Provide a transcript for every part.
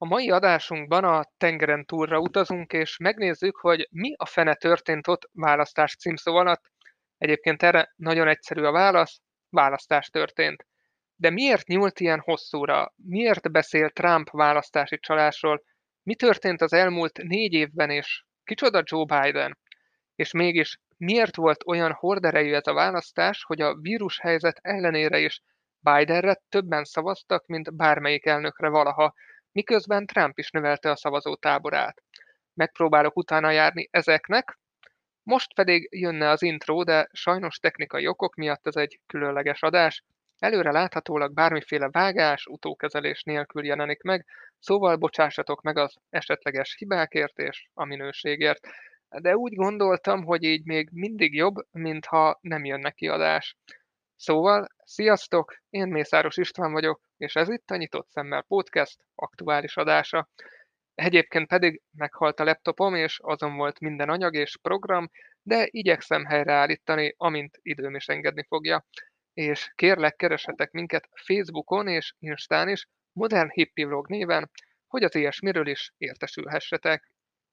A mai adásunkban a tengeren túlra utazunk, és megnézzük, hogy mi a fene történt ott választás címszó alatt. Egyébként erre nagyon egyszerű a válasz, választás történt. De miért nyúlt ilyen hosszúra? Miért beszél Trump választási csalásról? Mi történt az elmúlt 4 évben, és kicsoda Joe Biden? És mégis miért volt olyan horderejű ez a választás, hogy a vírushelyzet ellenére is Bidenre többen szavaztak, mint bármelyik elnökre valaha, miközben Trump is növelte a szavazótáborát. Megpróbálok utána járni ezeknek, most pedig jönne az intro, de sajnos technikai okok miatt ez egy különleges adás. Előre láthatólag bármiféle vágás, utókezelés nélkül jelenik meg, szóval bocsássatok meg az esetleges hibákért és a minőségért. De úgy gondoltam, hogy így még mindig jobb, mintha nem jönne ki adás. Szóval, sziasztok, én Mészáros István vagyok, és ez itt a Nyitott Szemmel Podcast aktuális adása. Egyébként pedig meghalt a laptopom, és azon volt minden anyag és program, de igyekszem helyreállítani, amint időm is engedni fogja. És kérlek, keressetek minket Facebookon és Instán is, Modern Hippie Vlog néven, hogy az ilyesmiről is értesülhessetek.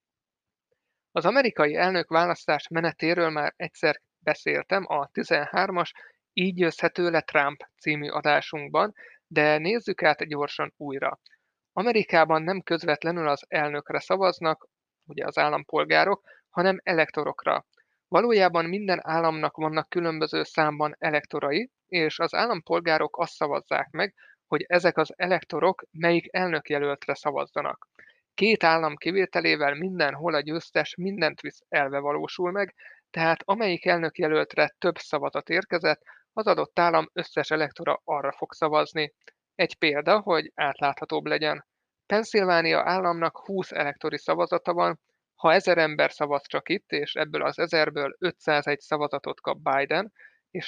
Az amerikai elnök választás menetéről már egyszer beszéltem a 13-as Így győzhető le Trump című adásunkban, de nézzük át gyorsan újra. Amerikában nem közvetlenül az elnökre szavaznak, ugye az állampolgárok, hanem elektorokra. Valójában minden államnak vannak különböző számban elektorai, és az állampolgárok azt szavazzák meg, hogy ezek az elektorok melyik elnökjelöltre szavazzanak. Két állam kivételével mindenhol a győztes mindent visz elve valósul meg, tehát amelyik elnökjelöltre több szavazat érkezett, az adott állam összes elektora arra fog szavazni. Egy példa, hogy átláthatóbb legyen. Pennsylvania államnak 20 elektori szavazata van, ha 1000 ember szavaz csak itt, és ebből az 1000-ből 501 szavazatot kap Biden, és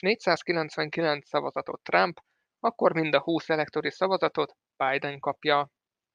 499 szavazatot Trump, akkor mind a 20 elektori szavazatot Biden kapja.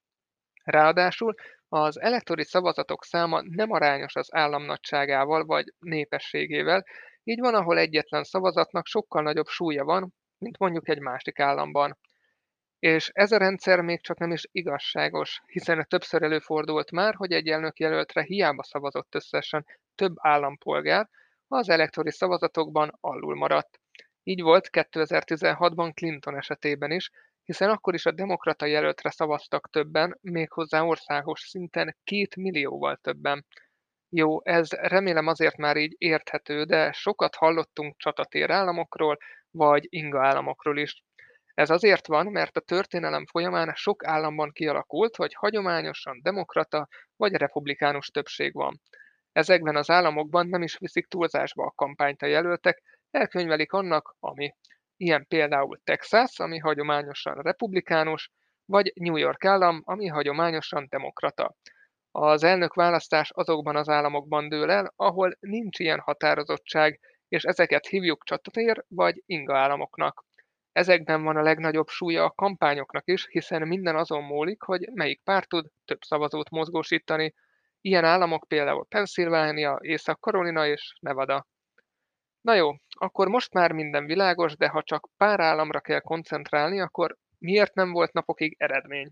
Ráadásul az elektori szavazatok száma nem arányos az állam nagyságával vagy népességével, így van, ahol egyetlen szavazatnak sokkal nagyobb súlya van, mint mondjuk egy másik államban. És ez a rendszer még csak nem is igazságos, hiszen többször előfordult már, hogy egy elnökjelöltre hiába szavazott összesen több állampolgár, az elektori szavazatokban alul maradt. Így volt 2016-ban Clinton esetében is, hiszen akkor is a demokrata jelöltre szavaztak többen, méghozzá országos szinten 2 millióval többen. Jó, ez remélem azért már így érthető, de sokat hallottunk csatatér államokról, vagy inga államokról is. Ez azért van, mert a történelem folyamán sok államban kialakult, hogy hagyományosan demokrata vagy republikánus többség van. Ezekben az államokban nem is viszik túlzásba a kampányt a jelöltek, elkönyvelik annak, ami. Ilyen például Texas, ami hagyományosan republikánus, vagy New York állam, ami hagyományosan demokrata. Az elnökválasztás azokban az államokban dől el, ahol nincs ilyen határozottság, és ezeket hívjuk csatatér vagy inga államoknak. Ezekben van a legnagyobb súlya a kampányoknak is, hiszen minden azon múlik, hogy melyik párt tud több szavazót mozgósítani. Ilyen államok például Pennsylvania, Észak-Karolina és Nevada. Na jó, akkor most már minden világos, de ha csak pár államra kell koncentrálni, akkor miért nem volt napokig eredmény?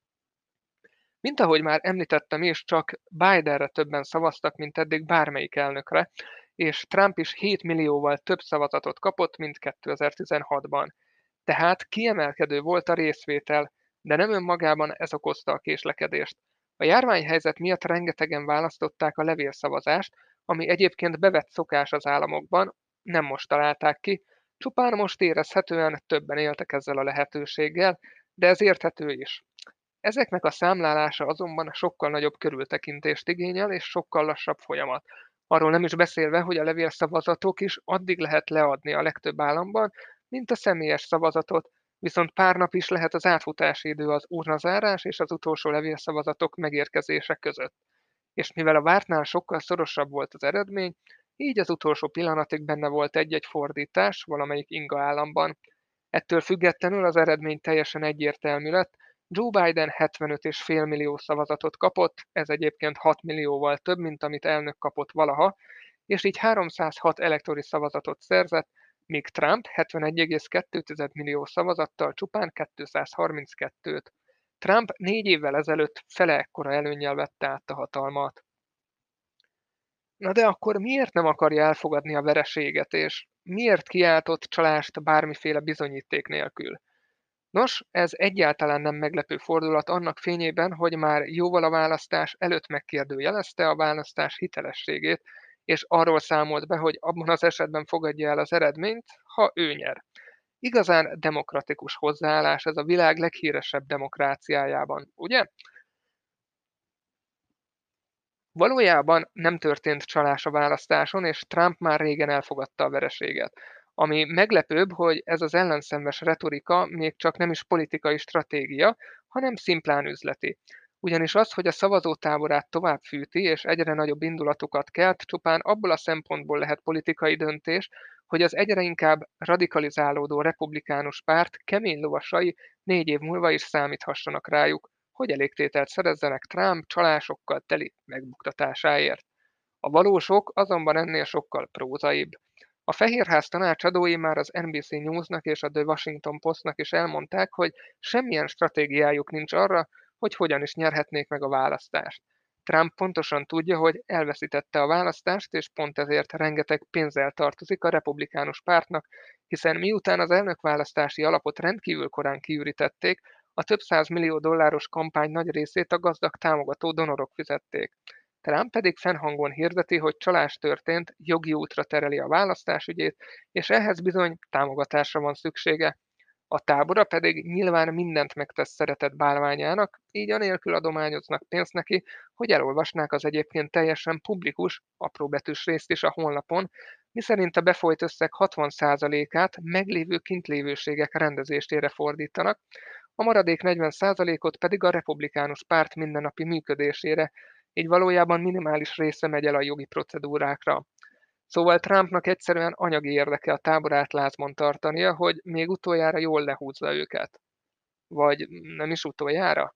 Mint ahogy már említettem is, csak Bidenre többen szavaztak, mint eddig bármelyik elnökre, és Trump is 7 millióval több szavazatot kapott, mint 2016-ban. Tehát kiemelkedő volt a részvétel, de nem önmagában ez okozta a késlekedést. A járványhelyzet miatt rengetegen választották a levélszavazást, ami egyébként bevett szokás az államokban, nem most találták ki, csupán most érezhetően többen éltek ezzel a lehetőséggel, de ez érthető is. Ezeknek a számlálása azonban sokkal nagyobb körültekintést igényel és sokkal lassabb folyamat. Arról nem is beszélve, hogy a levélszavazatok is addig lehet leadni a legtöbb államban, mint a személyes szavazatot, viszont pár nap is lehet az átfutási idő az urnazárás és az utolsó levélszavazatok megérkezése között. És mivel a vártnál sokkal szorosabb volt az eredmény, így az utolsó pillanatig benne volt egy-egy fordítás valamelyik inga államban. Ettől függetlenül az eredmény teljesen egyértelmű lett, Joe Biden 75,5 millió szavazatot kapott, ez egyébként 6 millióval több, mint amit elnök kapott valaha, és így 306 elektori szavazatot szerzett, míg Trump 71,2 millió szavazattal csupán 232-t. Trump 4 évvel ezelőtt fele ekkora előnnyel vette át a hatalmat. Na de akkor miért nem akarja elfogadni a vereséget, és miért kiáltott csalást bármiféle bizonyíték nélkül? Nos, ez egyáltalán nem meglepő fordulat annak fényében, hogy már jóval a választás előtt megkérdőjelezte a választás hitelességét, és arról számolt be, hogy abban az esetben fogadja el az eredményt, ha ő nyer. Igazán demokratikus hozzáállás ez a világ leghíresebb demokráciájában, ugye? Valójában nem történt csalás a választáson, és Trump már régen elfogadta a vereséget. Ami meglepőbb, hogy ez az ellenszenves retorika még csak nem is politikai stratégia, hanem szimplán üzleti. Ugyanis az, hogy a szavazótáborát tovább fűti és egyre nagyobb indulatokat kelt, csupán abból a szempontból lehet politikai döntés, hogy az egyre inkább radikalizálódó republikánus párt kemény lovasai 4 év múlva is számíthassanak rájuk, hogy elégtételt szerezzenek Trump csalásokkal teli megbuktatásáért. A valósok azonban ennél sokkal prózaibb. A Fehérház tanácsadói már az NBC Newsnak és a The Washington Postnak is elmondták, hogy semmilyen stratégiájuk nincs arra, hogy hogyan is nyerhetnék meg a választást. Trump pontosan tudja, hogy elveszítette a választást, és pont ezért rengeteg pénzzel tartozik a republikánus pártnak, hiszen miután az elnökválasztási alapot rendkívül korán kiürítették, a több százmillió dolláros kampány nagy részét a gazdag támogató donorok fizették. Trump pedig fennhangon hirdeti, hogy csalás történt, jogi útra tereli a választásügyét, és ehhez bizony támogatásra van szüksége. A tábora pedig nyilván mindent megtesz szeretett bálványának, így anélkül adományoznak pénzt neki, hogy elolvasnák az egyébként teljesen publikus, apróbetűs részt is a honlapon, miszerint a befolyt összeg 60%-át meglévő kintlévőségek rendezésére fordítanak, a maradék 40%-ot pedig a republikánus párt mindennapi működésére, így valójában minimális része megy el a jogi procedúrákra. Szóval Trumpnak egyszerűen anyagi érdeke a táborát lázban tartania, hogy még utoljára jól lehúzza őket. Vagy nem is utoljára?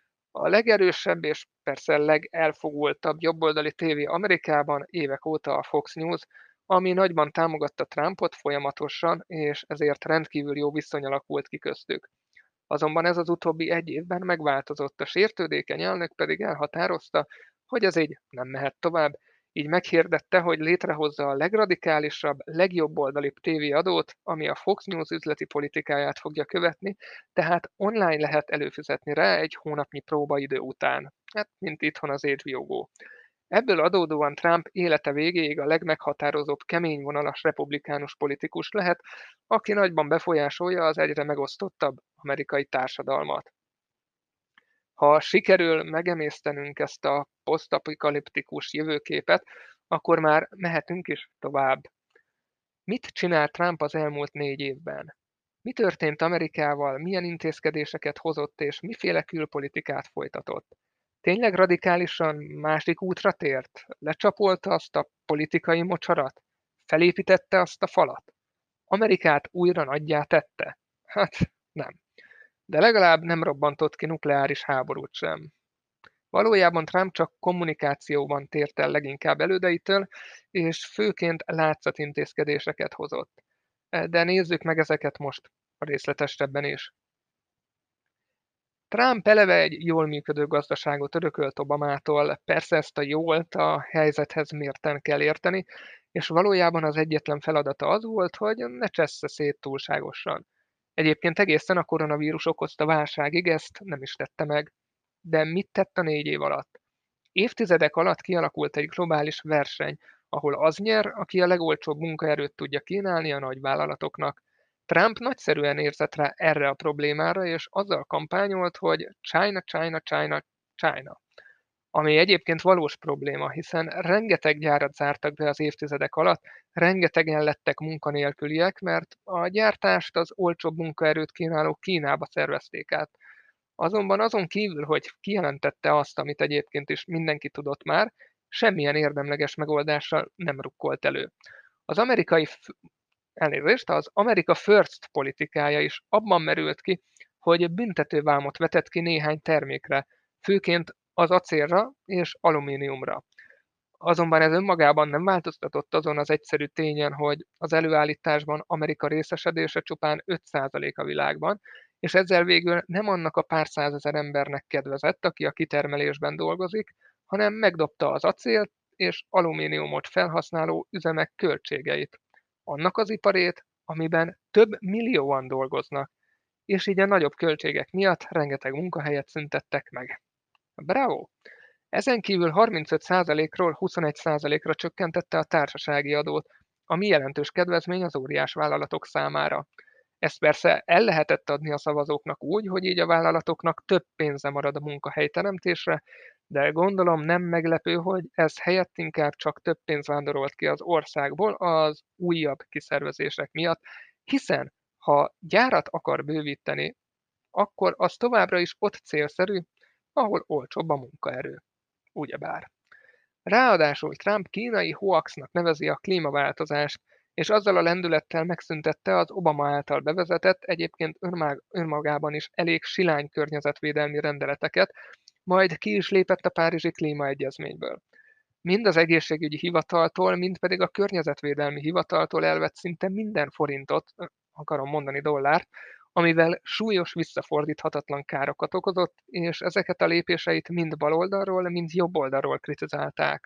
A legerősebb és persze legelfogultabb jobboldali tévé Amerikában évek óta a Fox News, ami nagyban támogatta Trumpot folyamatosan, és ezért rendkívül jó viszony alakult ki köztük. Azonban ez az utóbbi 1 évben megváltozott, a sértődékeny elnök pedig elhatározta, hogy ez így nem mehet tovább, így meghirdette, hogy létrehozza a legradikálisabb, legjobboldalibb tévéadót, ami a Fox News üzleti politikáját fogja követni, tehát online lehet előfizetni rá egy hónapnyi próbaidő után. Hát, mint itthon az HBO Go. Ebből adódóan Trump élete végéig a legmeghatározóbb keményvonalas republikánus politikus lehet, aki nagyban befolyásolja az egyre megosztottabb amerikai társadalmat. Ha sikerül megemésztenünk ezt a posztapokaliptikus jövőképet, akkor már mehetünk is tovább. Mit csinált Trump az elmúlt 4 évben? Mi történt Amerikával, milyen intézkedéseket hozott és miféle külpolitikát folytatott? Tényleg radikálisan másik útra tért? Lecsapolta azt a politikai mocsarat? Felépítette azt a falat? Amerikát újra nagyjá tette? Hát nem. De legalább nem robbantott ki nukleáris háborút sem. Valójában Trump csak kommunikációban tért el leginkább elődeitől, és főként látszatintézkedéseket hozott. De nézzük meg ezeket most részletesebben is. Trump eleve egy jól működő gazdaságot örökölt Obamától, persze ezt a jólt a helyzethez mérten kell érteni, és valójában az egyetlen feladata az volt, hogy ne csessze szét túlságosan. Egyébként egészen a koronavírus okozta válságig ezt nem is tette meg. De mit tett a 4 év alatt? Évtizedek alatt kialakult egy globális verseny, ahol az nyer, aki a legolcsóbb munkaerőt tudja kínálni a nagyvállalatoknak. Trump nagyszerűen érzett rá erre a problémára, és azzal kampányolt, hogy China, China, China, China. Ami egyébként valós probléma, hiszen rengeteg gyárat zártak be az évtizedek alatt, rengetegen lettek munkanélküliek, mert a gyártást az olcsóbb munkaerőt kínáló Kínába szervezték át. Azonban azon kívül, hogy kijelentette azt, amit egyébként is mindenki tudott már, semmilyen érdemleges megoldással nem rukkolt elő. Az amerikai elnézést, az America First politikája is abban merült ki, hogy büntetővámot vetett ki néhány termékre, főként az acélra és alumíniumra. Azonban ez önmagában nem változtatott azon az egyszerű tényen, hogy az előállításban Amerika részesedése csupán 5% a világban, és ezzel végül nem annak a pár százezer embernek kedvezett, aki a kitermelésben dolgozik, hanem megdobta az acélt és alumíniumot felhasználó üzemek költségeit. Annak az iparét, amiben több millióan dolgoznak, és így a nagyobb költségek miatt rengeteg munkahelyet szüntettek meg. Bravo! Ezen kívül 35%-ról 21%-ra csökkentette a társasági adót, ami jelentős kedvezmény az óriás vállalatok számára. Ezt persze el lehetett adni a szavazóknak úgy, hogy így a vállalatoknak több pénze marad a munkahelyteremtésre, de gondolom nem meglepő, hogy ez helyett inkább csak több pénz vándorolt ki az országból az újabb kiszervezések miatt, hiszen ha gyárat akar bővíteni, akkor az továbbra is ott célszerű, ahol olcsóbb a munkaerő. Ugyebár. Ráadásul Trump kínai hoaxnak nevezi a klímaváltozást, és azzal a lendülettel megszüntette az Obama által bevezetett, egyébként önmagában is elég silány környezetvédelmi rendeleteket, majd ki is lépett a Párizsi Klímaegyezményből. Mind az egészségügyi hivataltól, mind pedig a környezetvédelmi hivataltól elvett szinte minden forintot, akarom mondani dollárt, amivel súlyos visszafordíthatatlan károkat okozott, és ezeket a lépéseit mind baloldalról, mind jobboldalról kritizálták.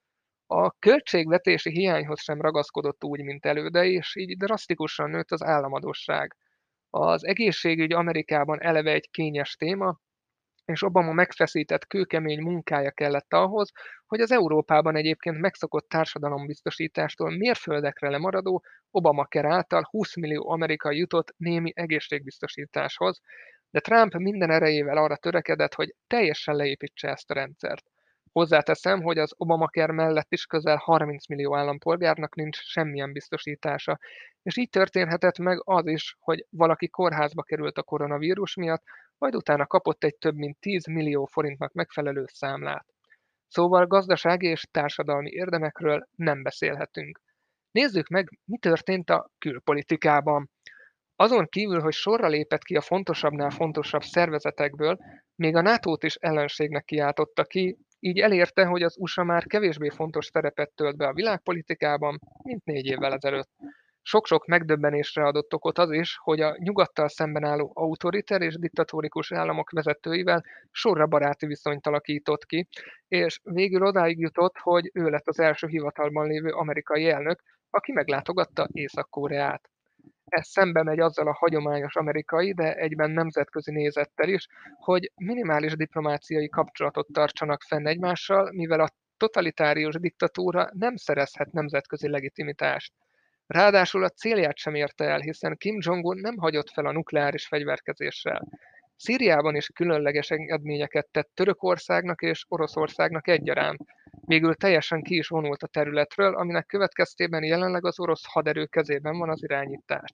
A költségvetési hiányhoz sem ragaszkodott úgy, mint elődei, és így drasztikusan nőtt az államadósság. Az egészségügy Amerikában eleve egy kényes téma, és Obama megfeszített kőkemény munkája kellett ahhoz, hogy az Európában egyébként megszokott társadalombiztosítástól mérföldekre lemaradó Obamacare által 20 millió amerikai jutott némi egészségbiztosításhoz, de Trump minden erejével arra törekedett, hogy teljesen leépítse ezt a rendszert. Hozzáteszem, hogy az Obamacare mellett is közel 30 millió állampolgárnak nincs semmilyen biztosítása, és így történhetett meg az is, hogy valaki kórházba került a koronavírus miatt, majd utána kapott egy több mint 10 millió forintnak megfelelő számlát. Szóval gazdasági és társadalmi érdemekről nem beszélhetünk. Nézzük meg, mi történt a külpolitikában. Azon kívül, hogy sorra lépett ki a fontosabbnál fontosabb szervezetekből, még a NATO-t is ellenségnek kiáltotta ki, így elérte, hogy az USA már kevésbé fontos szerepet tölt be a világpolitikában, mint 4 évvel ezelőtt. Sok-sok megdöbbenésre adott okot az is, hogy a nyugattal szemben álló autoriter és diktatórikus államok vezetőivel sorra baráti viszonyt alakított ki, és végül odáig jutott, hogy ő lett az első hivatalban lévő amerikai elnök, aki meglátogatta Észak-Koreát. Ez szembe megy azzal a hagyományos amerikai, de egyben nemzetközi nézettel is, hogy minimális diplomáciai kapcsolatot tartsanak fenn egymással, mivel a totalitárius diktatúra nem szerezhet nemzetközi legitimitást. Ráadásul a célját sem érte el, hiszen Kim Jong-un nem hagyott fel a nukleáris fegyverkezéssel. Szíriában is különleges engedményeket tett Törökországnak és Oroszországnak egyaránt. Végül teljesen ki is vonult a területről, aminek következtében jelenleg az orosz haderő kezében van az irányítás.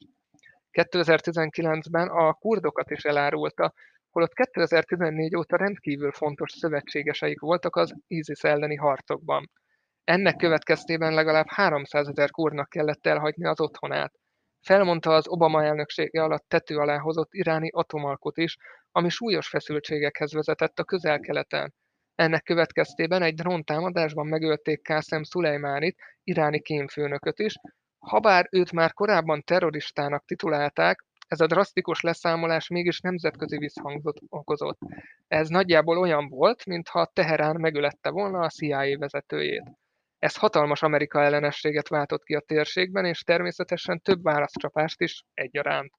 2019-ben a kurdokat is elárulta, holott 2014 óta rendkívül fontos szövetségeseik voltak az ISIS elleni harcokban. Ennek következtében legalább 300 000 kurdnak kellett elhagyni az otthonát. Felmondta az Obama elnöksége alatt tető alá hozott iráni atomalkot is, ami súlyos feszültségekhez vezetett a közel-keleten. Ennek következtében egy dróntámadásban megölték Qasem Szulejmánit, iráni kémfőnököt is, habár őt már korábban terroristának titulálták, ez a drasztikus leszámolás mégis nemzetközi visszhangot okozott. Ez nagyjából olyan volt, mintha Teherán megölette volna a CIA vezetőjét. Ez hatalmas Amerika ellenességet váltott ki a térségben, és természetesen több válaszcsapást is egyaránt.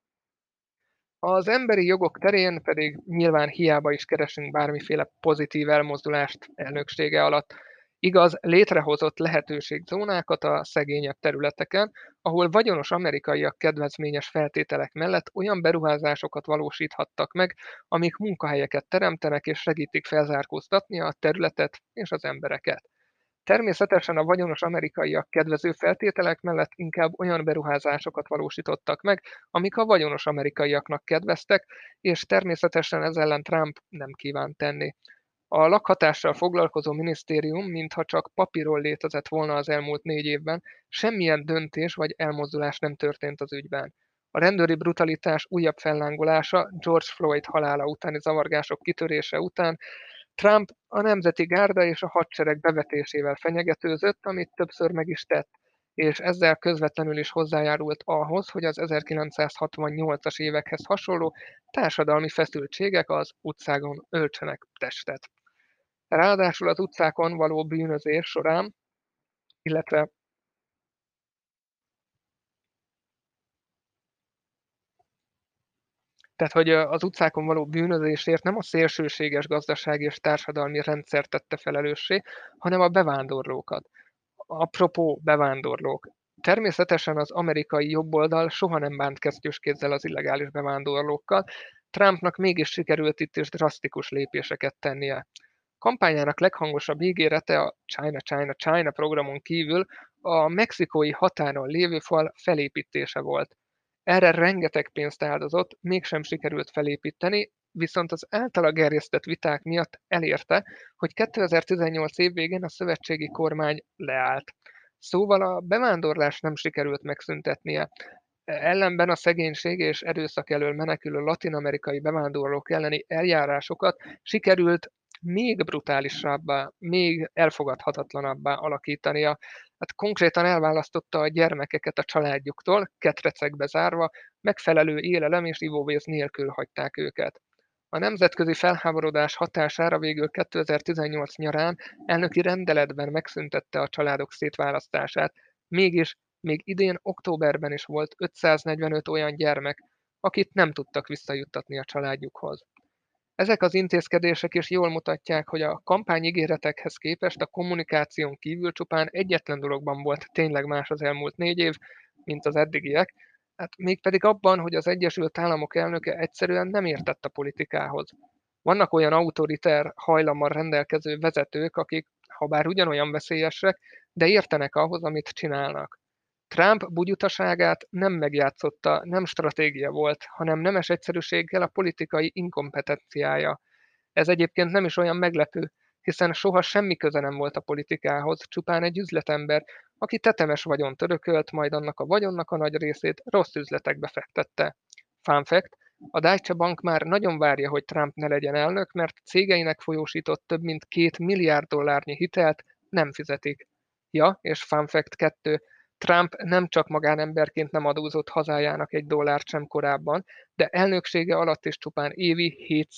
Az emberi jogok terén pedig nyilván hiába is keresünk bármiféle pozitív elmozdulást elnöksége alatt. Igaz, létrehozott lehetőségzónákat a szegényebb területeken, ahol vagyonos amerikaiak kedvezményes feltételek mellett olyan beruházásokat valósíthattak meg, amik munkahelyeket teremtenek és segítik felzárkóztatni a területet és az embereket. Természetesen a vagyonos amerikaiak kedvező feltételek mellett inkább olyan beruházásokat valósítottak meg, amik a vagyonos amerikaiaknak kedveztek, és természetesen ez ellen Trump nem kíván tenni. A lakhatással foglalkozó minisztérium, mintha csak papíron létezett volna az elmúlt 4 évben, semmilyen döntés vagy elmozdulás nem történt az ügyben. A rendőri brutalitás újabb fellángolása George Floyd halála utáni zavargások kitörése után Trump a nemzeti gárda és a hadsereg bevetésével fenyegetőzött, amit többször meg is tett, és ezzel közvetlenül is hozzájárult ahhoz, hogy az 1968-as évekhez hasonló társadalmi feszültségek az utcákon öltsenek testet. Ráadásul az utcákon való bűnözés során, illetve tehát, hogy az utcákon való bűnözésért nem a szélsőséges gazdasági és társadalmi rendszer tette felelőssé, hanem a bevándorlókat. Apropó bevándorlók. Természetesen az amerikai jobboldal soha nem bánt kesztyűskézzel az illegális bevándorlókkal, Trumpnak mégis sikerült itt is drasztikus lépéseket tennie. Kampányának leghangosabb ígérete a China, China, China programon kívül a mexikói határon lévő fal felépítése volt. Erre rengeteg pénzt áldozott, mégsem sikerült felépíteni, viszont az általa gerjesztett viták miatt elérte, hogy 2018 év végén a szövetségi kormány leállt. Szóval a bevándorlást nem sikerült megszüntetnie. Ellenben a szegénység és erőszak elől menekülő latin-amerikai bevándorlók elleni eljárásokat sikerült még brutálisabbá, még elfogadhatatlanabbá alakítania. Hát konkrétan elválasztotta a gyermekeket a családjuktól, ketrecekbe zárva, megfelelő élelem és ivóvíz nélkül hagyták őket. A nemzetközi felháborodás hatására végül 2018 nyarán elnöki rendeletben megszüntette a családok szétválasztását, mégis még idén októberben is volt 545 olyan gyermek, akit nem tudtak visszajuttatni a családjukhoz. Ezek az intézkedések is jól mutatják, hogy a kampányigéretekhez képest a kommunikáción kívül csupán egyetlen dologban volt tényleg más az elmúlt 4 év, mint az eddigiek, hát mégpedig abban, hogy az Egyesült Államok elnöke egyszerűen nem értett a politikához. Vannak olyan autoriter hajlammal rendelkező vezetők, akik, ha bár ugyanolyan veszélyesek, de értenek ahhoz, amit csinálnak. Trump bugyutaságát nem megjátszotta, nem stratégia volt, hanem nemes egyszerűséggel a politikai inkompetenciája. Ez egyébként nem is olyan meglepő, hiszen soha semmi köze nem volt a politikához, csupán egy üzletember, aki tetemes vagyont örökölt, majd annak a vagyonnak a nagy részét rossz üzletekbe fektette. Fun fact, a Deutsche Bank már nagyon várja, hogy Trump ne legyen elnök, mert cégeinek folyósított több mint 2 milliárd dollárnyi hitelt nem fizetik. Ja, és fun fact 2, Trump nem csak magánemberként nem adózott hazájának $1 sem korábban, de elnöksége alatt is csupán évi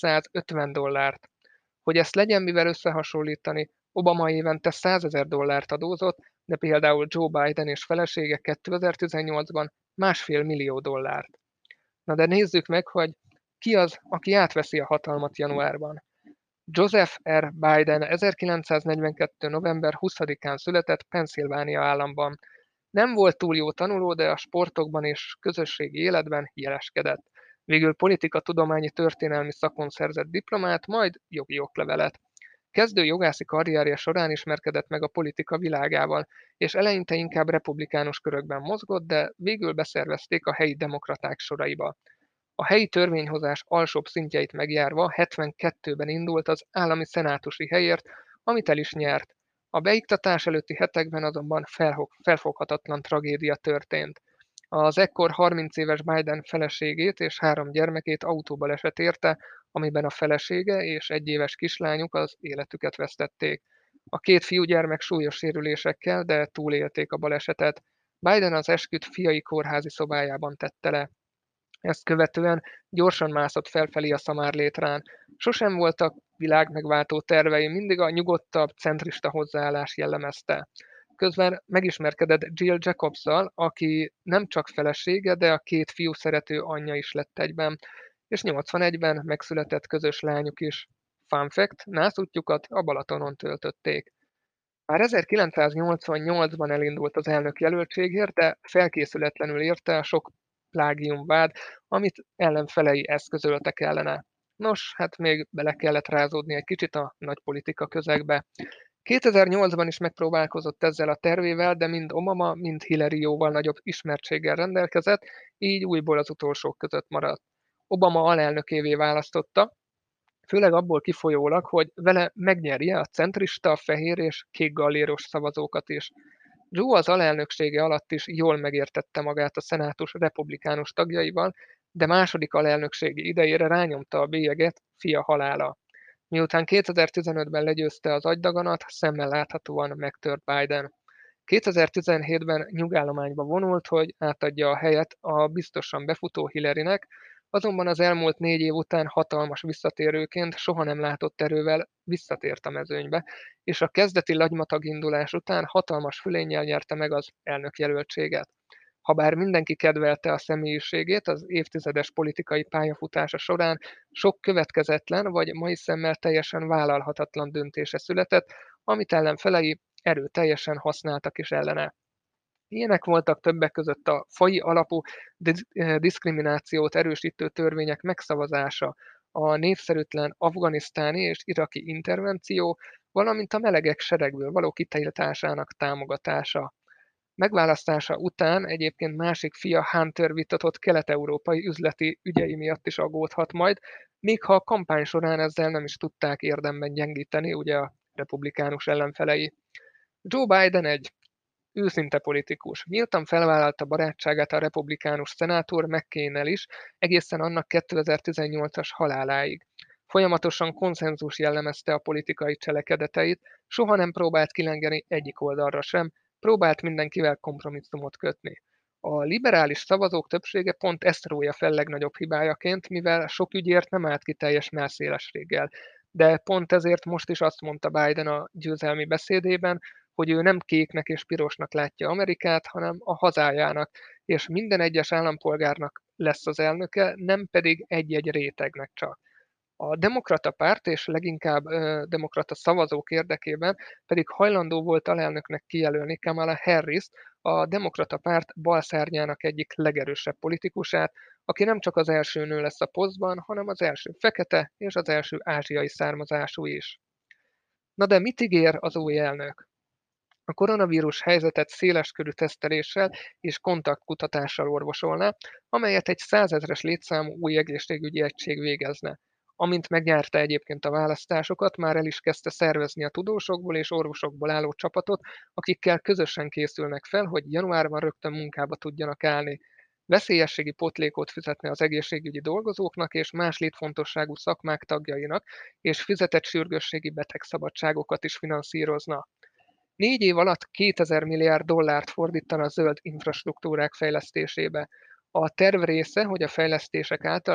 750 dollárt. Hogy ezt legyen mivel összehasonlítani, Obama évente 100 000 dollárt adózott, de például Joe Biden és felesége 2018-ban $1,5 millió. Na de nézzük meg, hogy ki az, aki átveszi a hatalmat januárban. Joseph R. Biden 1942. november 20-án született Pennsylvania államban. Nem volt túl jó tanuló, de a sportokban és közösségi életben jeleskedett. Végül tudományi történelmi szakon szerzett diplomát, majd jogi oklevelet. Kezdő jogászi karrierje során ismerkedett meg a politika világával, és eleinte inkább republikánus körökben mozgott, de végül beszervezték a helyi demokraták soraiba. A helyi törvényhozás alsóbb szintjeit megjárva 72-ben indult az állami szenátusi helyért, amit el is nyert. A beiktatás előtti hetekben azonban felfoghatatlan tragédia történt. Az ekkor 30 éves Biden feleségét és 3 gyermekét autóbaleset érte, amiben a felesége és 1 éves kislányuk az életüket vesztették. A 2 fiúgyermek súlyos sérülésekkel, de túlélték a balesetet. Biden az esküt fiai kórházi szobájában tette le. Ezt követően gyorsan mászott felfelé a szamárlétrán. Sosem voltak világmegváltó tervei, mindig a nyugodtabb, centrista hozzáállás jellemezte. Közben megismerkedett Jill Jacobsszal, aki nem csak felesége, de a 2 fiú szerető anyja is lett egyben, és 81-ben megszületett közös lányuk is. Fun fact, nászútjukat a Balatonon töltötték. Már 1988-ban elindult az elnök jelöltségért, de felkészületlenül érte a sok plágiumvád, amit ellenfelei eszközöltek ellene. Nos, hát még bele kellett rázódni egy kicsit a nagypolitika közegbe. 2008-ban is megpróbálkozott ezzel a tervével, de mind Obama, mind Hillary jóval nagyobb ismertséggel rendelkezett, így újból az utolsók között maradt. Obama alelnökévé választotta, főleg abból kifolyólag, hogy vele megnyerje a centrista, fehér és kék galléros szavazókat is. Joe az alelnöksége alatt is jól megértette magát a szenátus republikánus tagjaival, de második alelnökségi idejére rányomta a bélyeget fia halála. Miután 2015-ben legyőzte az agydaganat, szemmel láthatóan megtört Biden. 2017-ben nyugállományba vonult, hogy átadja a helyet a biztosan befutó Hillarynek, azonban az elmúlt 4 év után hatalmas visszatérőként soha nem látott erővel visszatért a mezőnybe, és a kezdeti lagymatag indulás után hatalmas fölénnyel nyerte meg az elnökjelöltséget. Habár mindenki kedvelte a személyiségét, az évtizedes politikai pályafutása során sok következetlen vagy mai szemmel teljesen vállalhatatlan döntése született, amit ellenfelei erőteljesen használtak is ellene. Ilyenek voltak többek között a faji alapú diszkriminációt erősítő törvények megszavazása, a népszerűtlen afganisztáni és iraki intervenció, valamint a melegek seregből való kitiltásának támogatása. Megválasztása után egyébként másik fia Hunter vitatott kelet-európai üzleti ügyei miatt is aggódhat majd, még ha a kampány során ezzel nem is tudták érdemben gyengíteni ugye a republikánus ellenfelei. Joe Biden egy őszinte politikus. Nyíltan felvállalta barátságát a republikánus szenátor McCain-nel is, egészen annak 2018-as haláláig. Folyamatosan konszenzus jellemezte a politikai cselekedeteit, soha nem próbált kilengeni egyik oldalra sem, próbált mindenkivel kompromisszumot kötni. A liberális szavazók többsége pont ezt rója fel legnagyobb hibájaként, mivel sok ügyért nem állt ki teljes mellszélességgel. De pont ezért most is azt mondta Biden a győzelmi beszédében, hogy ő nem kéknek és pirosnak látja Amerikát, hanem a hazájának, és minden egyes állampolgárnak lesz az elnöke, nem pedig egy-egy rétegnek csak. A demokrata párt és leginkább demokrata szavazók érdekében pedig hajlandó volt alelnöknek kijelölni Kamala Harris, a demokrata párt balszárnyának egyik legerősebb politikusát, aki nem csak az első nő lesz a posztban, hanem az első fekete és az első ázsiai származású is. Na de mit ígér az új elnök? A koronavírus helyzetet széleskörű teszteléssel és kontaktkutatással orvosolná, amelyet egy 100 000-es létszámú új egészségügyi egység végezne. Amint megnyerte egyébként a választásokat, már el is kezdte szervezni a tudósokból és orvosokból álló csapatot, akikkel közösen készülnek fel, hogy januárban rögtön munkába tudjanak állni. Veszélyességi potlékot fizetne az egészségügyi dolgozóknak és más létfontosságú szakmák tagjainak, és fizetett sürgősségi betegszabadságokat is finanszírozna. 4 év alatt 2000 milliárd dollárt fordítana a zöld infrastruktúrák fejlesztésébe. A terv része, hogy a fejlesztések által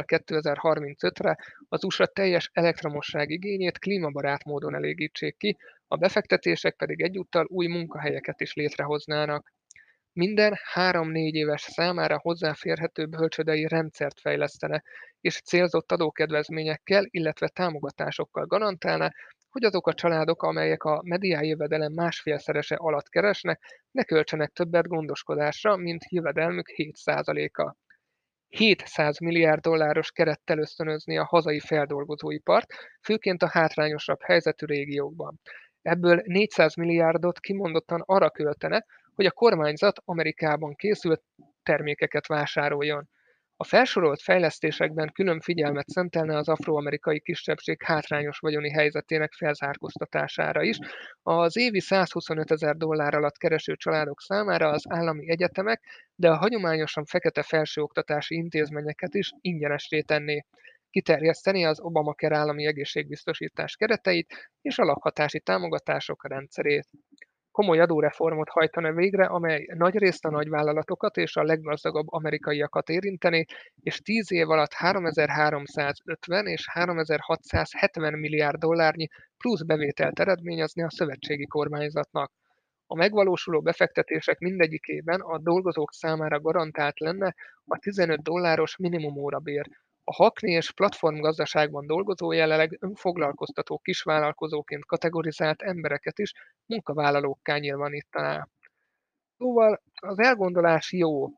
2035-re az USA teljes elektromosság igényét klímabarát módon elégítsék ki, a befektetések pedig egyúttal új munkahelyeket is létrehoznának. Minden 3-4 éves számára hozzáférhető bölcsődei rendszert fejlesztene, és célzott adókedvezményekkel, illetve támogatásokkal garantálná, hogy azok a családok, amelyek a medián jövedelem másfélszerese alatt keresnek, ne költsenek többet gondoskodásra, mint jövedelmük 7%-a. 700 milliárd dolláros kerettel ösztönözni a hazai feldolgozóipart, főként a hátrányosabb helyzetű régiókban. Ebből 400 milliárdot kimondottan arra költene, hogy a kormányzat Amerikában készült termékeket vásároljon. A felsorolt fejlesztésekben külön figyelmet szentelne az afroamerikai kisebbség hátrányos vagyoni helyzetének felzárkóztatására is. Az évi 125 000 dollár alatt kereső családok számára az állami egyetemek, de a hagyományosan fekete felsőoktatási intézményeket is ingyenessé tenné. Kiterjeszteni az Obamacare állami egészségbiztosítás kereteit és a lakhatási támogatások rendszerét. Komoly adóreformot hajtana végre, amely nagyrészt a nagyvállalatokat és a leggazdagabb amerikaiakat érinteni, és 10 év alatt 3350 és 3670 milliárd dollárnyi plusz bevételt eredményezni a szövetségi kormányzatnak. A megvalósuló befektetések mindegyikében a dolgozók számára garantált lenne a 15 dolláros minimum órabér. A hakni és platformgazdaságban dolgozó, jelenleg önfoglalkoztató kisvállalkozóként kategorizált embereket is munkavállalókká nyilvánítaná. Szóval az elgondolás jó.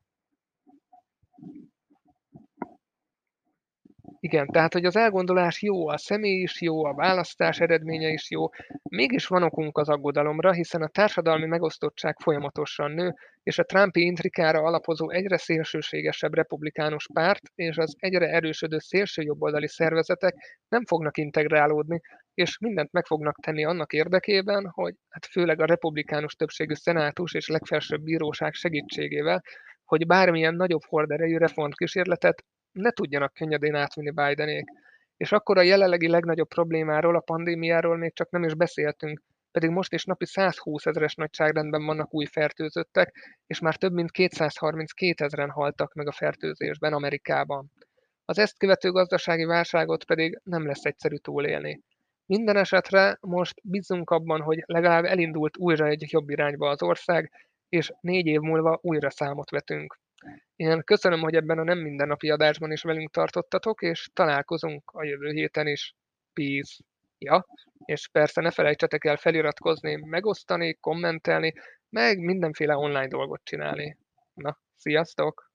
Igen, tehát, hogy az elgondolás jó, a személy is jó, a választás eredménye is jó, mégis van okunk az aggodalomra, hiszen a társadalmi megosztottság folyamatosan nő, és a Trumpi intrikára alapozó egyre szélsőségesebb republikánus párt és az egyre erősödő szélsőjobboldali szervezetek nem fognak integrálódni, és mindent meg fognak tenni annak érdekében, hogy hát főleg a republikánus többségű szenátus és legfelsőbb bíróság segítségével, hogy bármilyen nagyobb horderejű reformkísérletet ne tudjanak könnyedén átvinni Bidenék. És akkor a jelenlegi legnagyobb problémáról, a pandémiáról még csak nem is beszéltünk. pedig most is napi 120 000-es nagyságrendben vannak új fertőzöttek, és már több mint 232 000-en haltak meg a fertőzésben Amerikában. Az ezt követő gazdasági válságot pedig nem lesz egyszerű túlélni. Minden esetre most bízzunk abban, hogy legalább elindult újra egy jobb irányba az ország, és 4 év múlva újra számot vetünk. Én köszönöm, hogy ebben a nem mindennapi adásban is velünk tartottatok, és találkozunk a jövő héten is. Peace! Ja, és persze ne felejtsetek el feliratkozni, megosztani, kommentelni, meg mindenféle online dolgot csinálni. Na, sziasztok!